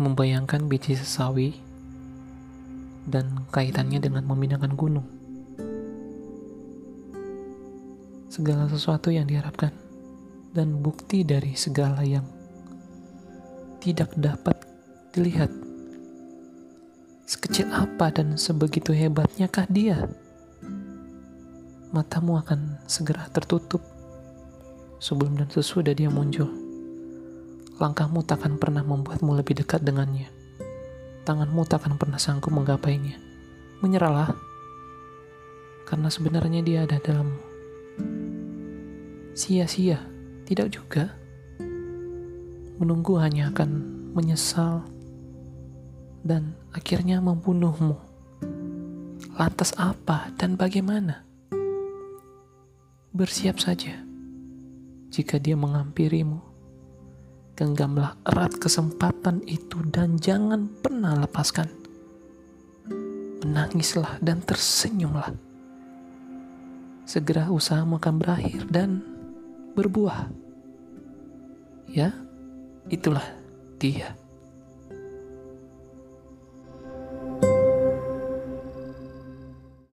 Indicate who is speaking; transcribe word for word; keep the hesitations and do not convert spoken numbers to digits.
Speaker 1: membayangkan biji sesawi dan kaitannya dengan memindahkan gunung. Segala sesuatu yang diharapkan dan bukti dari segala yang tidak dapat dilihat. Sekecil apa dan sebegitu hebatnyakah dia? Matamu akan segera tertutup sebelum dan sesudah dia muncul. Langkahmu takkan pernah membuatmu lebih dekat dengannya. Tanganmu takkan pernah sanggup menggapainya. Menyerahlah, karena sebenarnya dia ada dalammu. Sia-sia, tidak juga. Menunggu hanya akan menyesal dan akhirnya membunuhmu. Lantas apa dan bagaimana? Bersiap saja. Jika dia menghampirimu, genggamlah erat kesempatan itu dan jangan pernah lepaskan. Menangislah dan tersenyumlah. Segera usahamu akan berakhir dan berbuah. Ya, itulah dia.